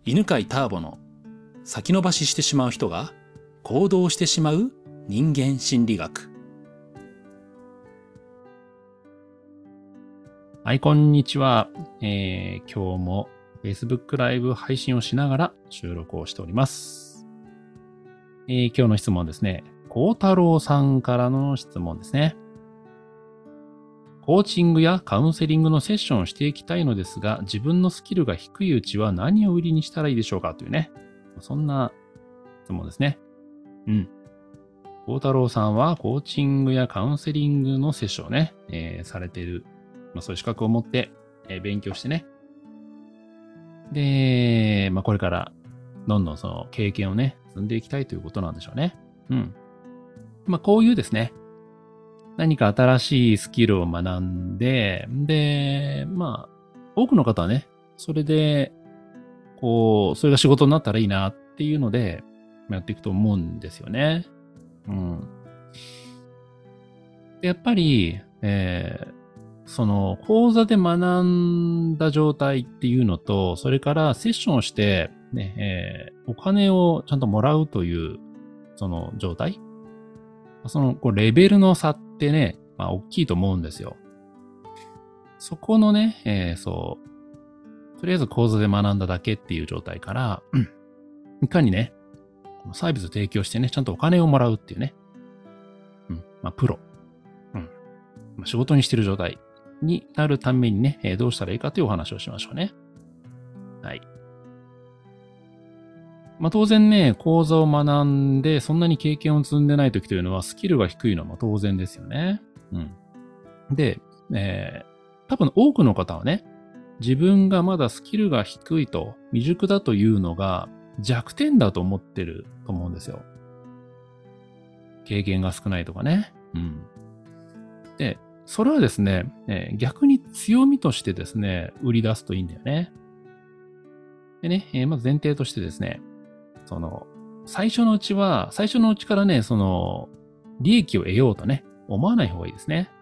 犬飼ターボの先延ばししてしまう人が行動してしまう人間心理学。 はい、こんにちは。今日も Facebook ライブ配信をしながら収録をしております。今日の質問ですね。幸太郎さんからの質問ですね。コーチングやカウンセリングのセッションをしていきたいのですが、自分のスキルが低いうちは何を売りにしたらいいでしょうかというね。そんな質問ですね。幸太郎さんはコーチングやカウンセリングのセッションをね、されている。そういう資格を持って、勉強してね。で、これからどんどんその経験をね、積んでいきたいということなんでしょうね。こういうですね、何か新しいスキルを学んで、で、多くの方はね、それで、それが仕事になったらいいなっていうので、やっていくと思うんですよね。でやっぱり、その講座で学んだ状態っていうのと、それからセッションをして、ね、お金をちゃんともらうという、その状態。そのレベルの差ってね、大きいと思うんですよ。そこのね、とりあえず講座で学んだだけっていう状態から、いかにね、サービスを提供してね、ちゃんとお金をもらうっていうね、プロ、仕事にしてる状態になるためにね、どうしたらいいかというお話をしましょうね。はい。当然ね、講座を学んで、そんなに経験を積んでない時というのは、スキルが低いのも当然ですよね。で、多分多くの方はね、自分がまだスキルが低いと、未熟だというのが弱点だと思ってると思うんですよ。経験が少ないとかね。で、それはですね、逆に強みとしてですね、売り出すといいんだよね。でね、まず前提としてですね、最初のうちからね、利益を得ようとね、思わない方がいいですね。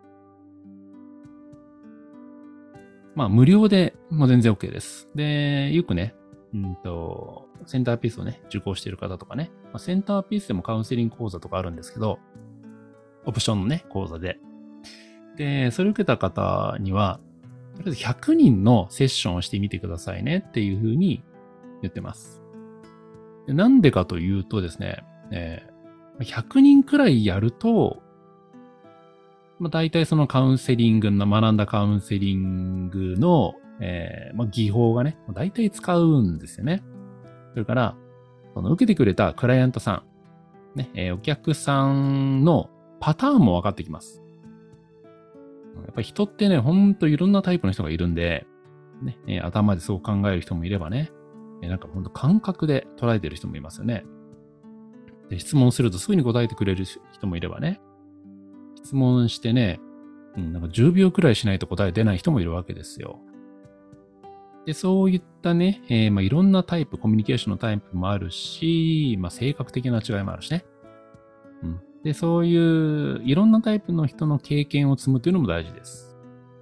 無料でも全然 OK です。で、よくね、センターピースをね、受講している方とかね、センターピースでもカウンセリング講座とかあるんですけど、オプションのね、講座で。で、それを受けた方には、とりあえず100人のセッションをしてみてくださいねっていうふうに言ってます。でなんでかというとですね、100人くらいやると、大体そのカウンセリングの、学んだカウンセリングの、技法がね、大体使うんですよね。それから、受けてくれたクライアントさん、ね、お客さんのパターンも分かってきます。やっぱり人ってね、ほんといろんなタイプの人がいるんで、ね、頭でそう考える人もいればね、なんかほんと感覚で捉えてる人もいますよね。で、質問するとすぐに答えてくれる人もいればね、質問してね、なんか10秒くらいしないと答え出ない人もいるわけですよ。で、そういったね、いろんなタイプ、コミュニケーションのタイプもあるし、性格的な違いもあるしね。で、そういういろんなタイプの人の経験を積むというのも大事です。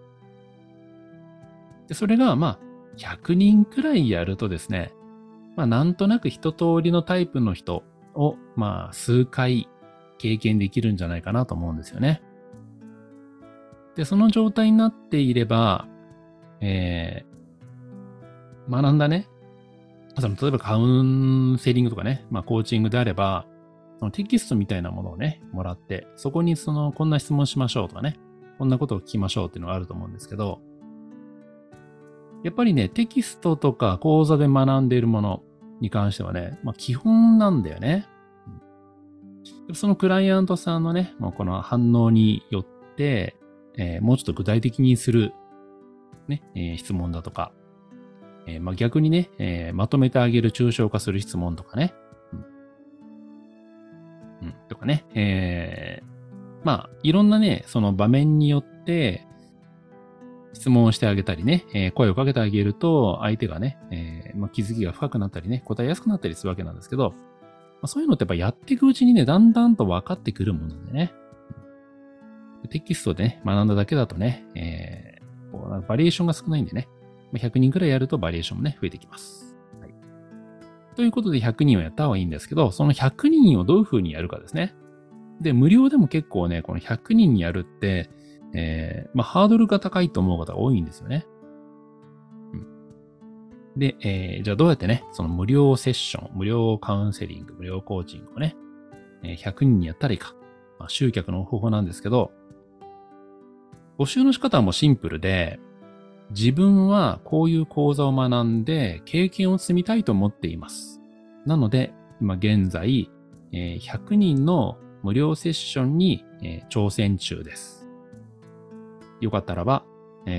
で、それが100人くらいやるとですね、なんとなく一通りのタイプの人を、数回経験できるんじゃないかなと思うんですよね。で、その状態になっていれば、学んだね、例えばカウンセリングとかね、コーチングであれば、そのテキストみたいなものをね、もらって、そこにこんな質問しましょうとかね、こんなことを聞きましょうっていうのがあると思うんですけど、やっぱりね、テキストとか講座で学んでいるものに関してはね、基本なんだよね。そのクライアントさんのね、この反応によって、もうちょっと具体的にする、ね、質問だとか、逆にね、まとめてあげる抽象化する質問とかね、とかね、いろんなね、その場面によって、質問をしてあげたりね、声をかけてあげると、相手がね、気づきが深くなったりね、答えやすくなったりするわけなんですけど、そういうのってやっぱやっていくうちにね、だんだんと分かってくるものなんでね。テキストでね、学んだだけだとね、バリエーションが少ないんでね、100人くらいやるとバリエーションもね、増えてきます。はい。 ということで100人をやった方がいいんですけど、その100人をどういう風にやるかですね。で、無料でも結構ね、この100人にやるって、ハードルが高いと思う方が多いんですよね。で、じゃあどうやってね、その無料セッション、無料カウンセリング、無料コーチングをね、100人にやったらいいか。集客の方法なんですけど、募集の仕方はもうシンプルで、自分はこういう講座を学んで経験を積みたいと思っています。なので、今現在、100人の無料セッションに、挑戦中です。よかったらば、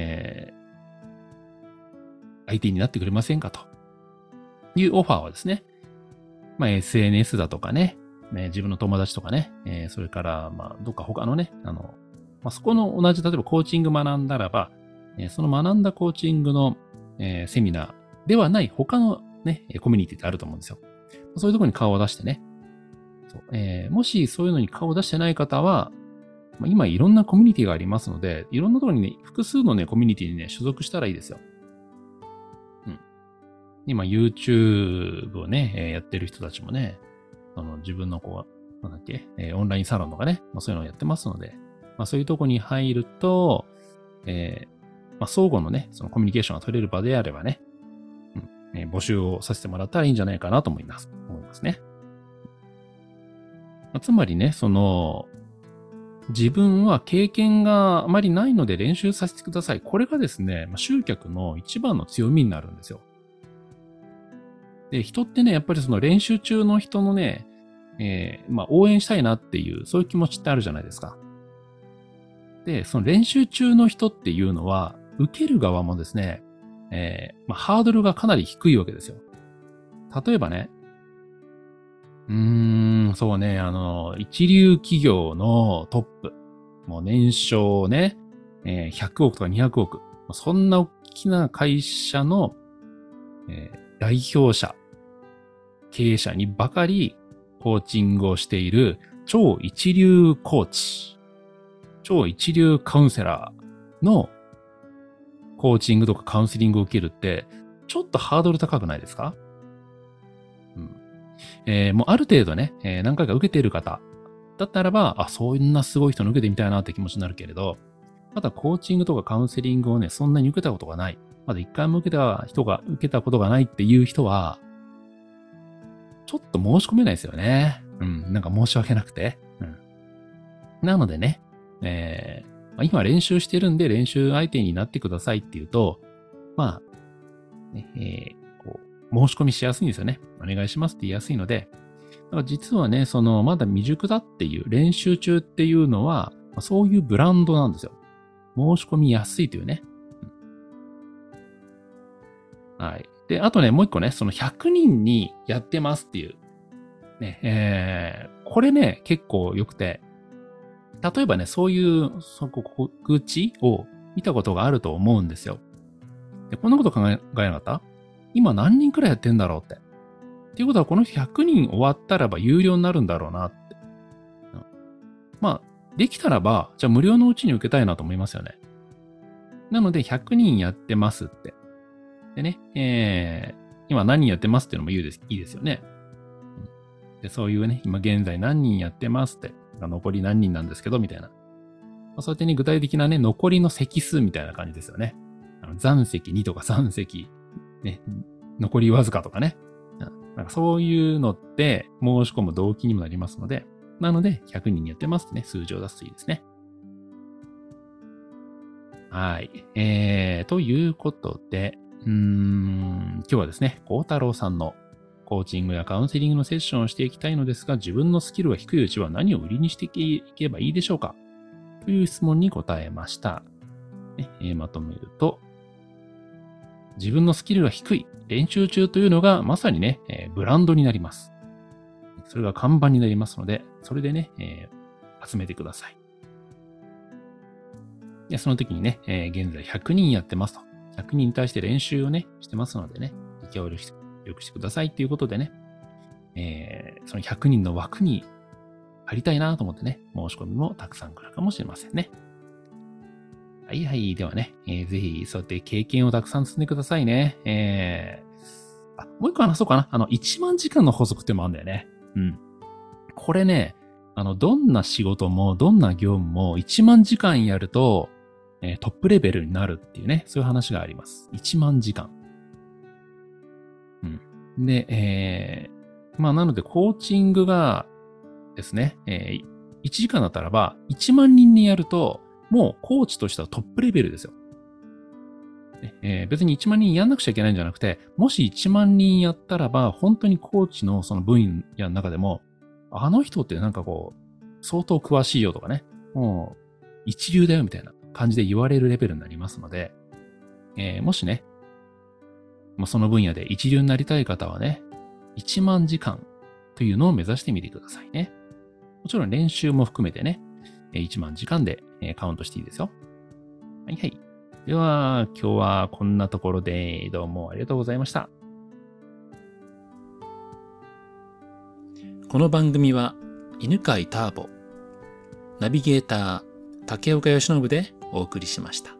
相手になってくれませんかというオファーはですね、SNS だとかね、自分の友達とかね、それから、どっか他のね、そこの同じ、例えばコーチング学んだらば、その学んだコーチングの、セミナーではない他のね、コミュニティってあると思うんですよ。そういうところに顔を出してね。もしそういうのに顔を出してない方は、今いろんなコミュニティがありますので、いろんなところにね、複数のね、コミュニティにね、所属したらいいですよ。今 YouTube をね、やってる人たちもね、自分のオンラインサロンとかね、そういうのをやってますので、そういうとこに入ると、相互のね、そのコミュニケーションが取れる場であればね、募集をさせてもらったらいいんじゃないかなと思いますね。つまりね、自分は経験があまりないので練習させてください。これがですね、集客の一番の強みになるんですよ。で、人ってね、やっぱりその練習中の人のね、応援したいなっていう、そういう気持ちってあるじゃないですか。で、その練習中の人っていうのは、受ける側もですね、ハードルがかなり低いわけですよ。例えばね、そうね、一流企業のトップ、もう年商ね、100億とか200億、そんな大きな会社の、代表者、経営者にばかりコーチングをしている超一流コーチ、超一流カウンセラーのコーチングとかカウンセリングを受けるって、ちょっとハードル高くないですか？もうある程度ね、何回か受けている方だったらば、そんなすごい人の受けてみたいなって気持ちになるけれど、まだコーチングとかカウンセリングをね、そんなに受けたことがない。まだ一回も受けたことがないっていう人は、ちょっと申し込めないですよね。なんか申し訳なくて。なのでね、今練習してるんで練習相手になってくださいっていうと、申し込みしやすいんですよね。お願いしますって言いやすいので、だから実はね、まだ未熟だっていう練習中っていうのは、そういうブランドなんですよ。申し込みやすいというね。はい。で、あとね、もう一個ね、その100人にやってますっていう。ね、これね、結構良くて、例えばね、そういう告知を見たことがあると思うんですよ。で、こんなこと考えなかった？今何人くらいやってんだろうって。っていうことは、この100人終わったらば有料になるんだろうなって。できたらば、じゃあ無料のうちに受けたいなと思いますよね。なので、100人やってますって。でね、今何人やってますっていうのもいいですよね。で、そういうね、今現在何人やってますって。残り何人なんですけど、みたいな。そうやってね、具体的なね、残りの席数みたいな感じですよね。残席2とか3席、ね、残りわずかとかね。なんかそういうのって申し込む動機にもなりますので、なので100人やってますってね、数字を出すといいですね。はい。ということで、今日はですね、幸太郎さんのコーチングやカウンセリングのセッションをしていきたいのですが、自分のスキルが低いうちは何を売りにしていけばいいでしょうかという質問に答えました。まとめると、自分のスキルが低い、練習中というのがまさにね、ブランドになります。それが看板になりますので、それでね、集めてください。でその時にね、現在100人やってますと。100人に対して練習をね、してますのでね、協力してくださいっていうことでね、その100人の枠に入りたいなと思ってね、申し込みもたくさん来るかもしれませんね。はいはい。ではね、ぜひそうやって経験をたくさん積んでくださいね。 もう一個話そうかな。1万時間の法則ってのもあるんだよね。うん。これね、どんな仕事も、どんな業務も1万時間やると、トップレベルになるっていうね、そういう話があります。1万時間。うん。で、まあ、なので、コーチングがですね、1時間だったらば、1万人にやると、もうコーチとしてはトップレベルですよ。別に1万人やんなくちゃいけないんじゃなくて、もし1万人やったらば、本当にコーチのその分野の中でも、あの人ってなんかこう、相当詳しいよとかね、もう一流だよみたいな感じで言われるレベルになりますので、もしね、その分野で一流になりたい方はね、1万時間というのを目指してみてくださいね。もちろん練習も含めてね、1万時間でカウントしていいですよ。はいはい。では、今日はこんなところでどうもありがとうございました。 この番組は犬飼ターボ、ナビゲーター竹岡由伸でお送りしました。